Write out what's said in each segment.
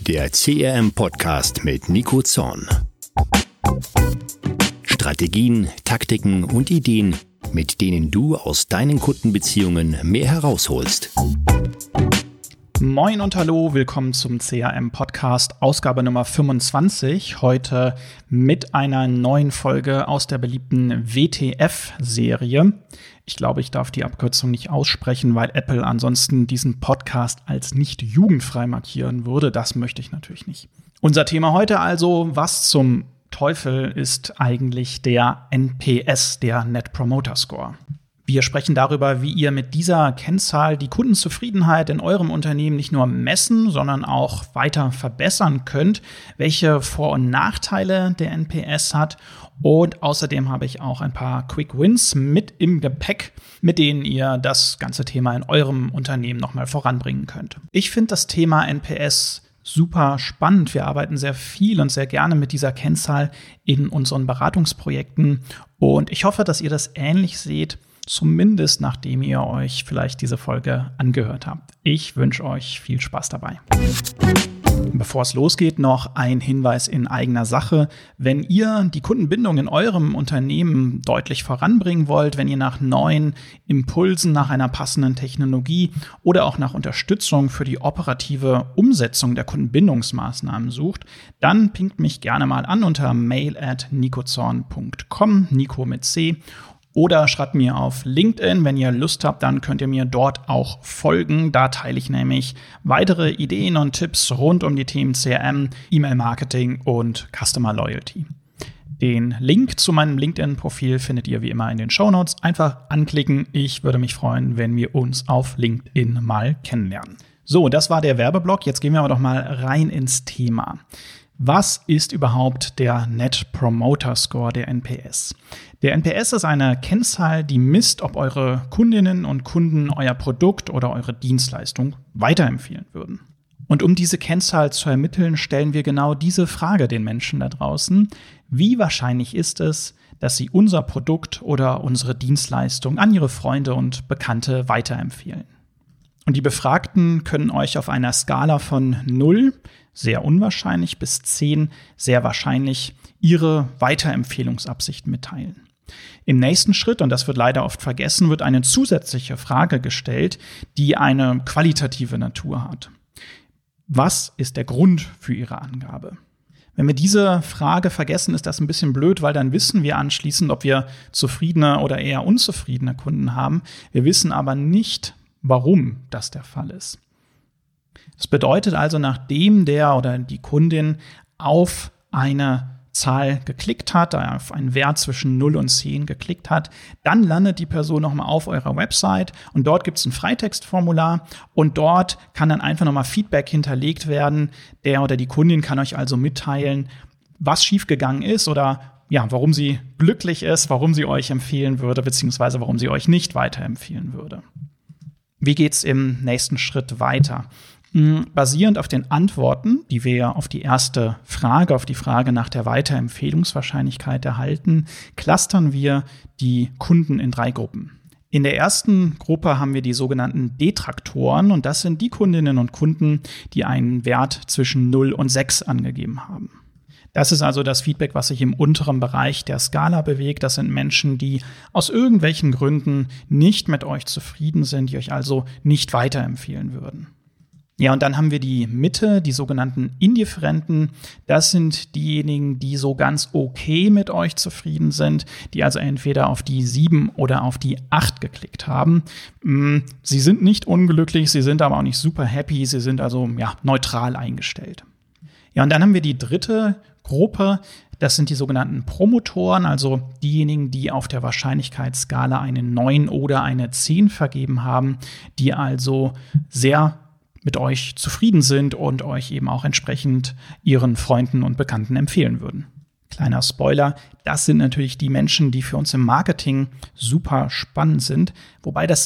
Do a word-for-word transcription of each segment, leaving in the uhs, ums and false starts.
Der C R M-Podcast mit Nico Zorn. Strategien, Taktiken und Ideen, mit denen du aus deinen Kundenbeziehungen mehr herausholst. Moin und hallo, willkommen zum C R M-Podcast, Ausgabe Nummer fünfundzwanzig. Heute mit einer neuen Folge aus der beliebten W T F-Serie. Ich glaube, ich darf die Abkürzung nicht aussprechen, weil Apple ansonsten diesen Podcast als nicht jugendfrei markieren würde. Das möchte ich natürlich nicht. Unser Thema heute also, was zum Teufel ist eigentlich der N P S, der Net Promoter Score? Wir sprechen darüber, wie ihr mit dieser Kennzahl die Kundenzufriedenheit in eurem Unternehmen nicht nur messen, sondern auch weiter verbessern könnt, welche Vor- und Nachteile der N P S hat. Und außerdem habe ich auch ein paar Quick Wins mit im Gepäck, mit denen ihr das ganze Thema in eurem Unternehmen nochmal voranbringen könnt. Ich finde das Thema N P S super spannend. Wir arbeiten sehr viel und sehr gerne mit dieser Kennzahl in unseren Beratungsprojekten. Und ich hoffe, dass ihr das ähnlich seht, zumindest nachdem ihr euch vielleicht diese Folge angehört habt. Ich wünsche euch viel Spaß dabei. Bevor es losgeht, noch ein Hinweis in eigener Sache. Wenn ihr die Kundenbindung in eurem Unternehmen deutlich voranbringen wollt, wenn ihr nach neuen Impulsen, nach einer passenden Technologie oder auch nach Unterstützung für die operative Umsetzung der Kundenbindungsmaßnahmen sucht, dann pinkt mich gerne mal an unter mail at nikozorn punkt com, Nico mit C. Oder schreibt mir auf LinkedIn, wenn ihr Lust habt, dann könnt ihr mir dort auch folgen. Da teile ich nämlich weitere Ideen und Tipps rund um die Themen C R M, E-Mail-Marketing und Customer Loyalty. Den Link zu meinem LinkedIn-Profil findet ihr wie immer in den Shownotes. Einfach anklicken. Ich würde mich freuen, wenn wir uns auf LinkedIn mal kennenlernen. So, das war der Werbeblock. Jetzt gehen wir aber doch mal rein ins Thema. Was ist überhaupt der Net Promoter Score, der N P S? Der N P S ist eine Kennzahl, die misst, ob eure Kundinnen und Kunden euer Produkt oder eure Dienstleistung weiterempfehlen würden. Und um diese Kennzahl zu ermitteln, stellen wir genau diese Frage den Menschen da draußen. Wie wahrscheinlich ist es, dass sie unser Produkt oder unsere Dienstleistung an ihre Freunde und Bekannte weiterempfehlen? Und die Befragten können euch auf einer Skala von null, sehr unwahrscheinlich, bis zehn, sehr wahrscheinlich, ihre Weiterempfehlungsabsicht mitteilen. Im nächsten Schritt, und das wird leider oft vergessen, wird eine zusätzliche Frage gestellt, die eine qualitative Natur hat. Was ist der Grund für Ihre Angabe? Wenn wir diese Frage vergessen, ist das ein bisschen blöd, weil dann wissen wir anschließend, ob wir zufriedene oder eher unzufriedene Kunden haben. Wir wissen aber nicht, warum das der Fall ist. Das bedeutet also, nachdem der oder die Kundin auf eine Zahl geklickt hat, auf einen Wert zwischen null und zehn geklickt hat, dann landet die Person nochmal auf eurer Website und dort gibt es ein Freitextformular und dort kann dann einfach nochmal Feedback hinterlegt werden. Der oder die Kundin kann euch also mitteilen, was schiefgegangen ist oder ja, warum sie glücklich ist, warum sie euch empfehlen würde, beziehungsweise warum sie euch nicht weiterempfehlen würde. Wie geht's im nächsten Schritt weiter? Basierend auf den Antworten, die wir auf die erste Frage, auf die Frage nach der Weiterempfehlungswahrscheinlichkeit erhalten, clustern wir die Kunden in drei Gruppen. In der ersten Gruppe haben wir die sogenannten Detraktoren und das sind die Kundinnen und Kunden, die einen Wert zwischen null und sechs angegeben haben. Das ist also das Feedback, was sich im unteren Bereich der Skala bewegt. Das sind Menschen, die aus irgendwelchen Gründen nicht mit euch zufrieden sind, die euch also nicht weiterempfehlen würden. Ja, und dann haben wir die Mitte, die sogenannten Indifferenten. Das sind diejenigen, die so ganz okay mit euch zufrieden sind, die also entweder auf die sieben oder auf die acht geklickt haben. Sie sind nicht unglücklich, sie sind aber auch nicht super happy, sie sind also ja neutral eingestellt. Ja, und dann haben wir die dritte Gruppe. Das sind die sogenannten Promotoren, also diejenigen, die auf der Wahrscheinlichkeitsskala eine neun oder eine zehn vergeben haben, die also sehr mit euch zufrieden sind und euch eben auch entsprechend ihren Freunden und Bekannten empfehlen würden. Kleiner Spoiler, das sind natürlich die Menschen, die für uns im Marketing super spannend sind, wobei das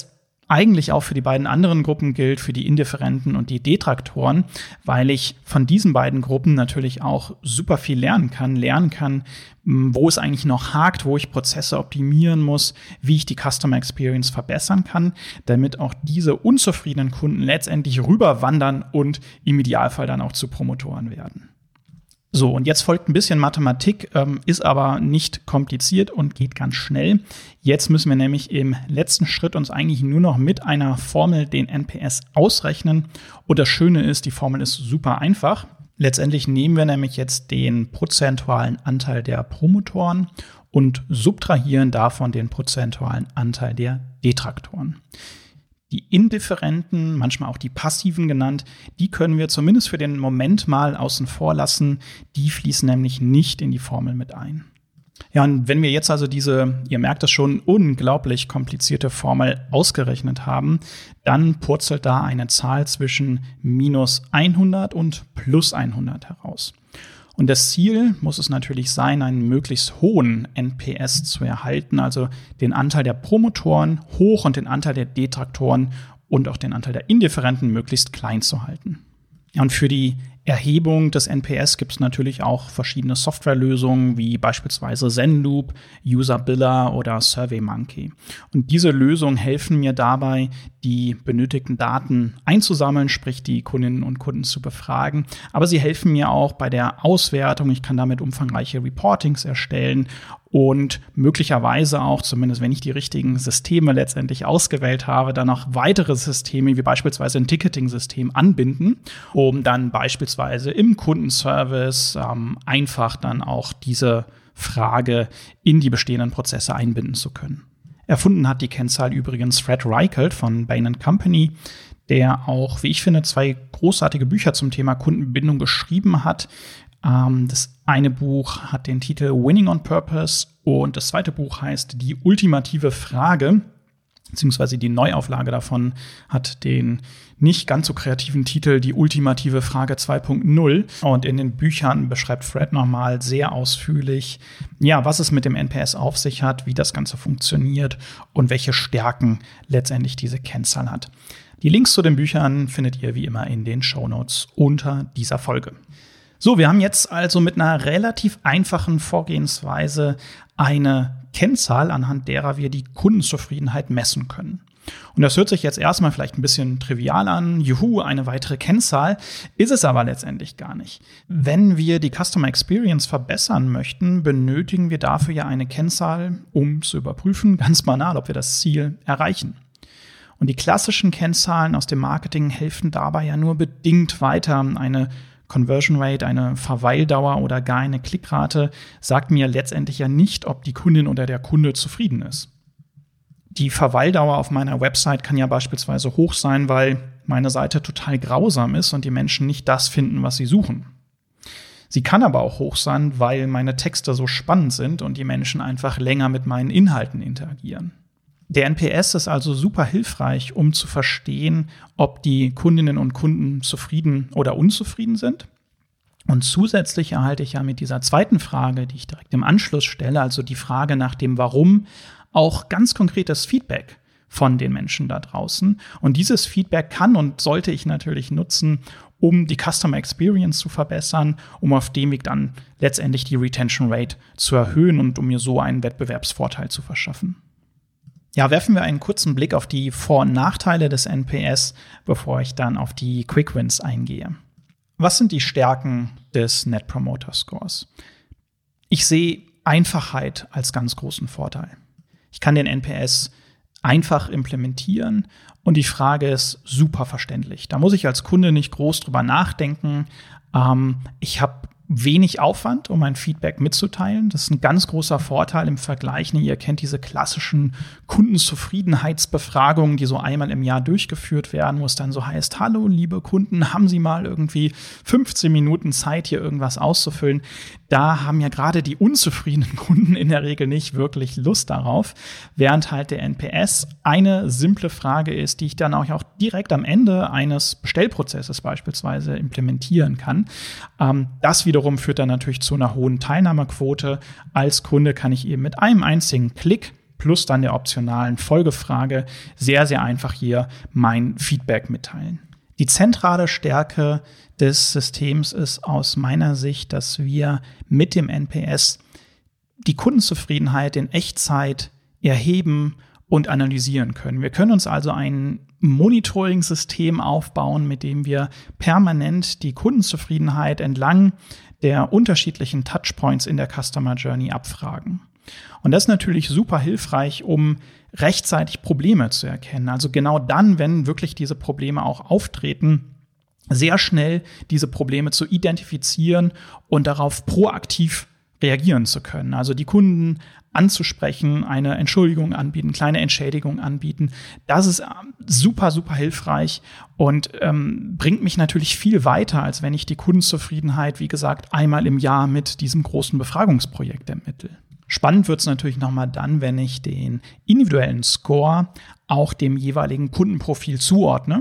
eigentlich auch für die beiden anderen Gruppen gilt, für die Indifferenten und die Detraktoren, weil ich von diesen beiden Gruppen natürlich auch super viel lernen kann, lernen kann, wo es eigentlich noch hakt, wo ich Prozesse optimieren muss, wie ich die Customer Experience verbessern kann, damit auch diese unzufriedenen Kunden letztendlich rüberwandern und im Idealfall dann auch zu Promotoren werden. So, und jetzt folgt ein bisschen Mathematik, ähm, ist aber nicht kompliziert und geht ganz schnell. Jetzt müssen wir nämlich im letzten Schritt uns eigentlich nur noch mit einer Formel den N P S ausrechnen. Und das Schöne ist, die Formel ist super einfach. Letztendlich nehmen wir nämlich jetzt den prozentualen Anteil der Promotoren und subtrahieren davon den prozentualen Anteil der Detraktoren. Die Indifferenten, manchmal auch die Passiven genannt, die können wir zumindest für den Moment mal außen vor lassen. Die fließen nämlich nicht in die Formel mit ein. Ja, und wenn wir jetzt also diese, ihr merkt es schon, unglaublich komplizierte Formel ausgerechnet haben, dann purzelt da eine Zahl zwischen minus hundert und plus hundert heraus. Und das Ziel muss es natürlich sein, einen möglichst hohen N P S zu erhalten, also den Anteil der Promotoren hoch und den Anteil der Detraktoren und auch den Anteil der Indifferenten möglichst klein zu halten. Ja, und für die Erhebung des N P S gibt es natürlich auch verschiedene Softwarelösungen, wie beispielsweise Zenloop, Userbiller oder SurveyMonkey. Und diese Lösungen helfen mir dabei, die benötigten Daten einzusammeln, sprich die Kundinnen und Kunden zu befragen. Aber sie helfen mir auch bei der Auswertung. Ich kann damit umfangreiche Reportings erstellen und möglicherweise auch, zumindest wenn ich die richtigen Systeme letztendlich ausgewählt habe, dann noch weitere Systeme wie beispielsweise ein Ticketing-System anbinden, um dann beispielsweise im Kundenservice ähm, einfach dann auch diese Frage in die bestehenden Prozesse einbinden zu können. Erfunden hat die Kennzahl übrigens Fred Reichelt von Bain and Company, der auch, wie ich finde, zwei großartige Bücher zum Thema Kundenbindung geschrieben hat. Ähm, das eine Buch hat den Titel Winning on Purpose und das zweite Buch heißt Die ultimative Frage, beziehungsweise die Neuauflage davon hat den nicht ganz so kreativen Titel Die ultimative Frage zwei Punkt null. Und in den Büchern beschreibt Fred nochmal sehr ausführlich, ja, was es mit dem N P S auf sich hat, wie das Ganze funktioniert und welche Stärken letztendlich diese Kennzahl hat. Die Links zu den Büchern findet ihr wie immer in den Shownotes unter dieser Folge. So, wir haben jetzt also mit einer relativ einfachen Vorgehensweise eine Kennzahl, anhand derer wir die Kundenzufriedenheit messen können. Und das hört sich jetzt erstmal vielleicht ein bisschen trivial an. Juhu, eine weitere Kennzahl. Ist es aber letztendlich gar nicht. Wenn wir die Customer Experience verbessern möchten, benötigen wir dafür ja eine Kennzahl, um zu überprüfen, ganz banal, ob wir das Ziel erreichen. Und die klassischen Kennzahlen aus dem Marketing helfen dabei ja nur bedingt weiter. Eine Conversion Rate, eine Verweildauer oder gar eine Klickrate sagt mir letztendlich ja nicht, ob die Kundin oder der Kunde zufrieden ist. Die Verweildauer auf meiner Website kann ja beispielsweise hoch sein, weil meine Seite total grausam ist und die Menschen nicht das finden, was sie suchen. Sie kann aber auch hoch sein, weil meine Texte so spannend sind und die Menschen einfach länger mit meinen Inhalten interagieren. Der N P S ist also super hilfreich, um zu verstehen, ob die Kundinnen und Kunden zufrieden oder unzufrieden sind. Und zusätzlich erhalte ich ja mit dieser zweiten Frage, die ich direkt im Anschluss stelle, also die Frage nach dem Warum, auch ganz konkretes Feedback von den Menschen da draußen. Und dieses Feedback kann und sollte ich natürlich nutzen, um die Customer Experience zu verbessern, um auf dem Weg dann letztendlich die Retention Rate zu erhöhen und um mir so einen Wettbewerbsvorteil zu verschaffen. Ja, werfen wir einen kurzen Blick auf die Vor- und Nachteile des N P S, bevor ich dann auf die Quick Wins eingehe. Was sind die Stärken des Net Promoter Scores? Ich sehe Einfachheit als ganz großen Vorteil. Ich kann den N P S einfach implementieren und die Frage ist super verständlich. Da muss ich als Kunde nicht groß drüber nachdenken. Ähm, ich habe wenig Aufwand, um mein Feedback mitzuteilen. Das ist ein ganz großer Vorteil im Vergleich. Ihr kennt diese klassischen Kundenzufriedenheitsbefragungen, die so einmal im Jahr durchgeführt werden, wo es dann so heißt, hallo, liebe Kunden, haben Sie mal irgendwie fünfzehn Minuten Zeit, hier irgendwas auszufüllen? Da haben ja gerade die unzufriedenen Kunden in der Regel nicht wirklich Lust darauf, während halt der N P S eine simple Frage ist, die ich dann auch direkt am Ende eines Bestellprozesses beispielsweise implementieren kann. Ähm, das wiederum führt dann natürlich zu einer hohen Teilnahmequote. Als Kunde kann ich eben mit einem einzigen Klick plus dann der optionalen Folgefrage sehr, sehr einfach hier mein Feedback mitteilen. Die zentrale Stärke des Systems ist aus meiner Sicht, dass wir mit dem N P S die Kundenzufriedenheit in Echtzeit erheben und analysieren können. Wir können uns also ein Monitoring-System aufbauen, mit dem wir permanent die Kundenzufriedenheit entlang der unterschiedlichen Touchpoints in der Customer Journey abfragen. Und das ist natürlich super hilfreich, um rechtzeitig Probleme zu erkennen. Also genau dann, wenn wirklich diese Probleme auch auftreten, sehr schnell diese Probleme zu identifizieren und darauf proaktiv reagieren zu können. Also die Kunden anzusprechen, eine Entschuldigung anbieten, kleine Entschädigung anbieten. Das ist super, super hilfreich und ähm, bringt mich natürlich viel weiter, als wenn ich die Kundenzufriedenheit, wie gesagt, einmal im Jahr mit diesem großen Befragungsprojekt ermittle. Spannend wird es natürlich nochmal dann, wenn ich den individuellen Score auch dem jeweiligen Kundenprofil zuordne,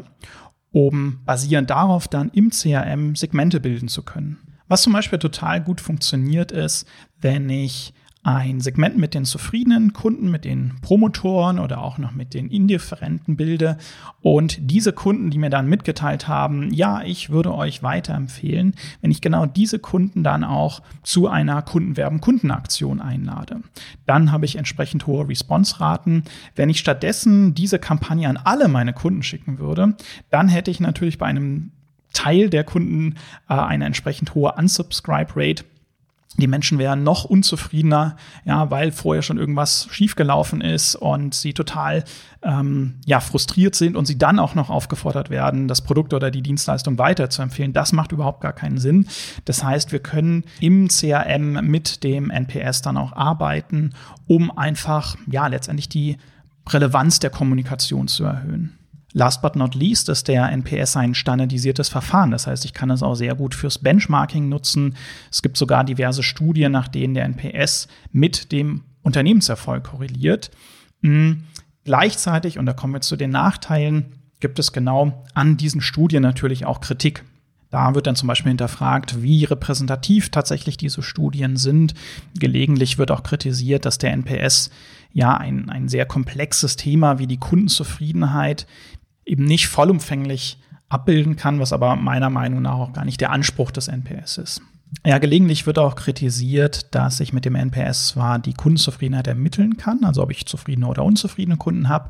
um basierend darauf dann im C R M Segmente bilden zu können. Was zum Beispiel total gut funktioniert ist, wenn ich ein Segment mit den zufriedenen Kunden, mit den Promotoren oder auch noch mit den Indifferenten bilde und diese Kunden, die mir dann mitgeteilt haben, ja, ich würde euch weiterempfehlen, wenn ich genau diese Kunden dann auch zu einer Kundenwerben-Kundenaktion einlade. Dann habe ich entsprechend hohe Response-Raten. Wenn ich stattdessen diese Kampagne an alle meine Kunden schicken würde, dann hätte ich natürlich bei einem Teil der Kunden äh, eine entsprechend hohe Unsubscribe-Rate. Die Menschen wären noch unzufriedener, ja, weil vorher schon irgendwas schiefgelaufen ist und sie total ähm, ja, frustriert sind und sie dann auch noch aufgefordert werden, das Produkt oder die Dienstleistung weiterzuempfehlen. Das macht überhaupt gar keinen Sinn. Das heißt, wir können im C R M mit dem N P S dann auch arbeiten, um einfach ja letztendlich die Relevanz der Kommunikation zu erhöhen. Last but not least ist der N P S ein standardisiertes Verfahren. Das heißt, ich kann es auch sehr gut fürs Benchmarking nutzen. Es gibt sogar diverse Studien, nach denen der N P S mit dem Unternehmenserfolg korreliert. Mhm. Gleichzeitig, und da kommen wir zu den Nachteilen, gibt es genau an diesen Studien natürlich auch Kritik. Da wird dann zum Beispiel hinterfragt, wie repräsentativ tatsächlich diese Studien sind. Gelegentlich wird auch kritisiert, dass der N P S ja ein, ein sehr komplexes Thema wie die Kundenzufriedenheit eben nicht vollumfänglich abbilden kann, was aber meiner Meinung nach auch gar nicht der Anspruch des N P S ist. Ja, gelegentlich wird auch kritisiert, dass ich mit dem N P S zwar die Kundenzufriedenheit ermitteln kann, also ob ich zufriedene oder unzufriedene Kunden habe,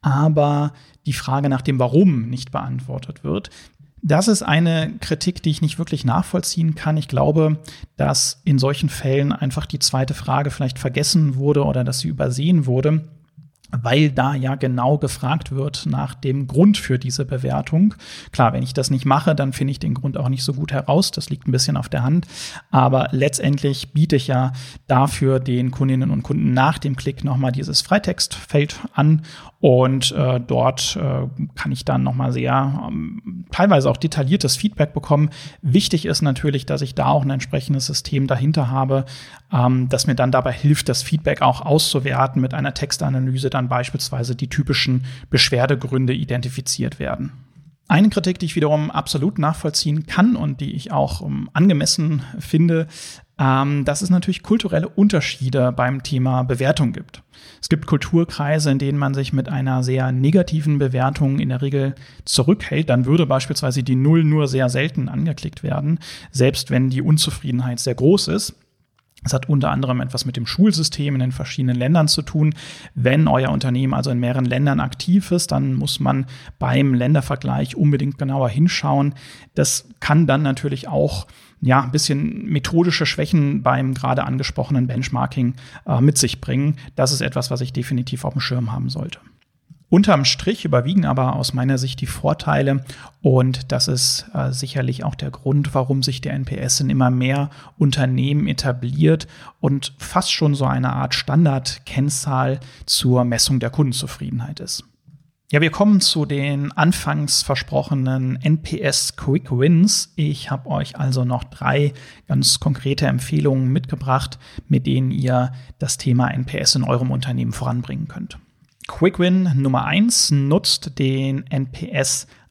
aber die Frage nach dem Warum nicht beantwortet wird. Das ist eine Kritik, die ich nicht wirklich nachvollziehen kann. Ich glaube, dass in solchen Fällen einfach die zweite Frage vielleicht vergessen wurde oder dass sie übersehen wurde, weil da ja genau gefragt wird nach dem Grund für diese Bewertung. Klar, wenn ich das nicht mache, dann finde ich den Grund auch nicht so gut heraus. Das liegt ein bisschen auf der Hand. Aber letztendlich biete ich ja dafür den Kundinnen und Kunden nach dem Klick nochmal dieses Freitextfeld an. Und äh, dort äh, kann ich dann nochmal sehr ähm, teilweise auch detailliertes Feedback bekommen. Wichtig ist natürlich, dass ich da auch ein entsprechendes System dahinter habe, ähm, das mir dann dabei hilft, das Feedback auch auszuwerten, mit einer Textanalyse dann beispielsweise die typischen Beschwerdegründe identifiziert werden. Eine Kritik, die ich wiederum absolut nachvollziehen kann und die ich auch um, angemessen finde, ähm, dass es natürlich kulturelle Unterschiede beim Thema Bewertung gibt. Es gibt Kulturkreise, in denen man sich mit einer sehr negativen Bewertung in der Regel zurückhält. Dann würde beispielsweise die Null nur sehr selten angeklickt werden, selbst wenn die Unzufriedenheit sehr groß ist. Es hat unter anderem etwas mit dem Schulsystem in den verschiedenen Ländern zu tun. Wenn euer Unternehmen also in mehreren Ländern aktiv ist, dann muss man beim Ländervergleich unbedingt genauer hinschauen. Das kann dann natürlich auch ja ein bisschen methodische Schwächen beim gerade angesprochenen Benchmarking äh, mit sich bringen. Das ist etwas, was ich definitiv auf dem Schirm haben sollte. Unterm Strich überwiegen aber aus meiner Sicht die Vorteile und das ist äh, sicherlich auch der Grund, warum sich der N P S in immer mehr Unternehmen etabliert und fast schon so eine Art Standardkennzahl zur Messung der Kundenzufriedenheit ist. Ja, wir kommen zu den anfangs versprochenen N P S Quick Wins. Ich habe euch also noch drei ganz konkrete Empfehlungen mitgebracht, mit denen ihr das Thema N P S in eurem Unternehmen voranbringen könnt. Quick Win Nummer eins: nutzt den N P S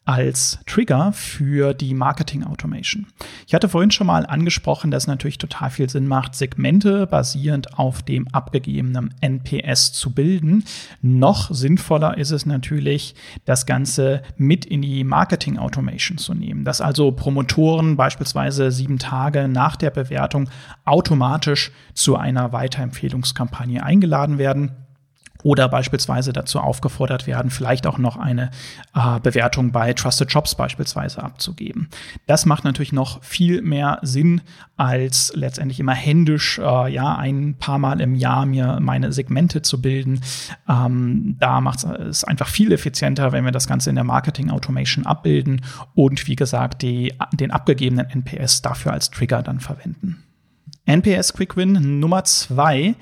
als Trigger für die Marketing Automation. Ich hatte vorhin schon mal angesprochen, dass es natürlich total viel Sinn macht, Segmente basierend auf dem abgegebenen N P S zu bilden. Noch sinnvoller ist es natürlich, das Ganze mit in die Marketing Automation zu nehmen, dass also Promotoren beispielsweise sieben Tage nach der Bewertung automatisch zu einer Weiterempfehlungskampagne eingeladen werden oder beispielsweise dazu aufgefordert werden, vielleicht auch noch eine äh, Bewertung bei Trusted Shops beispielsweise abzugeben. Das macht natürlich noch viel mehr Sinn, als letztendlich immer händisch äh, ja ein paar Mal im Jahr mir meine Segmente zu bilden. Ähm, da macht es einfach viel effizienter, wenn wir das Ganze in der Marketing Automation abbilden und wie gesagt die, den abgegebenen N P S dafür als Trigger dann verwenden. N P S Quick Win Nummer zwei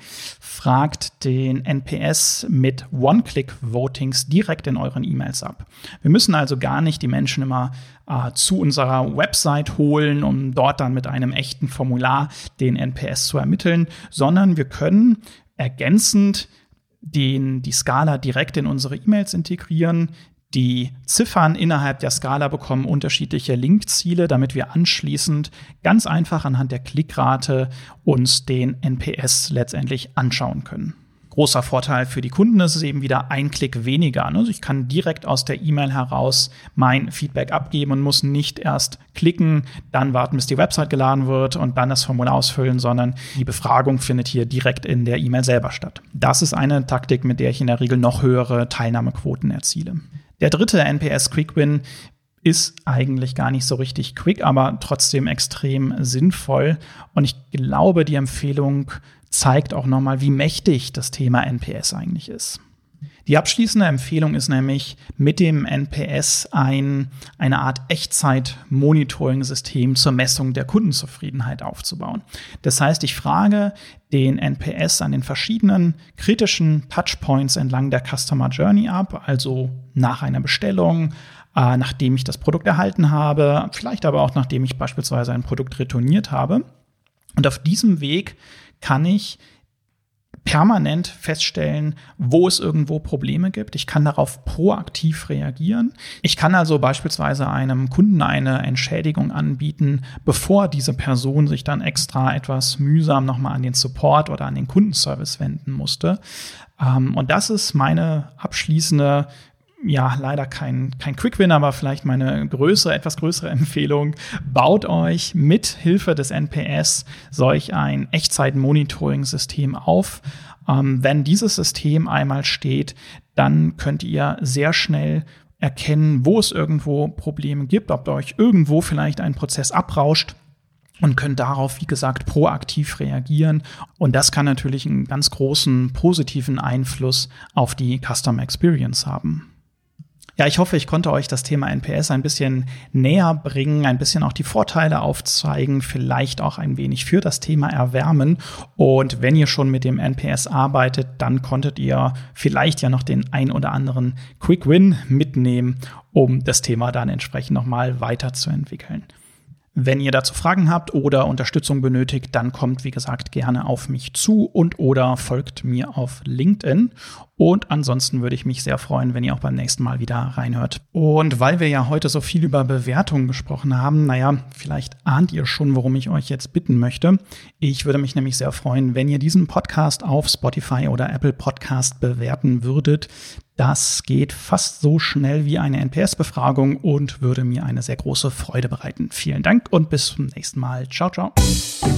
fragt den N P S mit One-Click-Votings direkt in euren E-Mails ab. Wir müssen also gar nicht die Menschen immer äh, zu unserer Website holen, um dort dann mit einem echten Formular den N P S zu ermitteln, sondern wir können ergänzend den, die Skala direkt in unsere E-Mails integrieren. Die Ziffern innerhalb der Skala bekommen unterschiedliche Linkziele, damit wir anschließend ganz einfach anhand der Klickrate uns den N P S letztendlich anschauen können. Großer Vorteil für die Kunden ist es eben wieder ein Klick weniger. Also ich kann direkt aus der E-Mail heraus mein Feedback abgeben und muss nicht erst klicken, dann warten, bis die Website geladen wird und dann das Formular ausfüllen, sondern die Befragung findet hier direkt in der E-Mail selber statt. Das ist eine Taktik, mit der ich in der Regel noch höhere Teilnahmequoten erziele. Der dritte N P S Quick Win ist eigentlich gar nicht so richtig quick, aber trotzdem extrem sinnvoll. Und ich glaube, die Empfehlung zeigt auch nochmal, wie mächtig das Thema N P S eigentlich ist. Die abschließende Empfehlung ist nämlich, mit dem N P S ein, eine Art Echtzeit-Monitoring-System zur Messung der Kundenzufriedenheit aufzubauen. Das heißt, ich frage den N P S an den verschiedenen kritischen Touchpoints entlang der Customer Journey ab, also nach einer Bestellung, äh, nachdem ich das Produkt erhalten habe, vielleicht aber auch nachdem ich beispielsweise ein Produkt retourniert habe. Und auf diesem Weg kann ich permanent feststellen, wo es irgendwo Probleme gibt. Ich kann darauf proaktiv reagieren. Ich kann also beispielsweise einem Kunden eine Entschädigung anbieten, bevor diese Person sich dann extra etwas mühsam nochmal an den Support oder an den Kundenservice wenden musste. Und das ist meine abschließende, ja, leider kein, kein Quick-Win, aber vielleicht meine größere, etwas größere Empfehlung. Baut euch mit Hilfe des N P S solch ein Echtzeit-Monitoring-System auf. Ähm, wenn dieses System einmal steht, dann könnt ihr sehr schnell erkennen, wo es irgendwo Probleme gibt, ob euch irgendwo vielleicht ein Prozess abrauscht. Und könnt darauf, wie gesagt, proaktiv reagieren. Und das kann natürlich einen ganz großen positiven Einfluss auf die Customer Experience haben. Ja, ich hoffe, ich konnte euch das Thema N P S ein bisschen näher bringen, ein bisschen auch die Vorteile aufzeigen, vielleicht auch ein wenig für das Thema erwärmen. Und wenn ihr schon mit dem N P S arbeitet, dann konntet ihr vielleicht ja noch den ein oder anderen Quick Win mitnehmen, um das Thema dann entsprechend nochmal weiterzuentwickeln. Wenn ihr dazu Fragen habt oder Unterstützung benötigt, dann kommt, wie gesagt, gerne auf mich zu und oder folgt mir auf LinkedIn. Und ansonsten würde ich mich sehr freuen, wenn ihr auch beim nächsten Mal wieder reinhört. Und weil wir ja heute so viel über Bewertungen gesprochen haben, naja, vielleicht ahnt ihr schon, worum ich euch jetzt bitten möchte. Ich würde mich nämlich sehr freuen, wenn ihr diesen Podcast auf Spotify oder Apple Podcast bewerten würdet. Das geht fast so schnell wie eine N P S-Befragung und würde mir eine sehr große Freude bereiten. Vielen Dank und bis zum nächsten Mal. Ciao, ciao.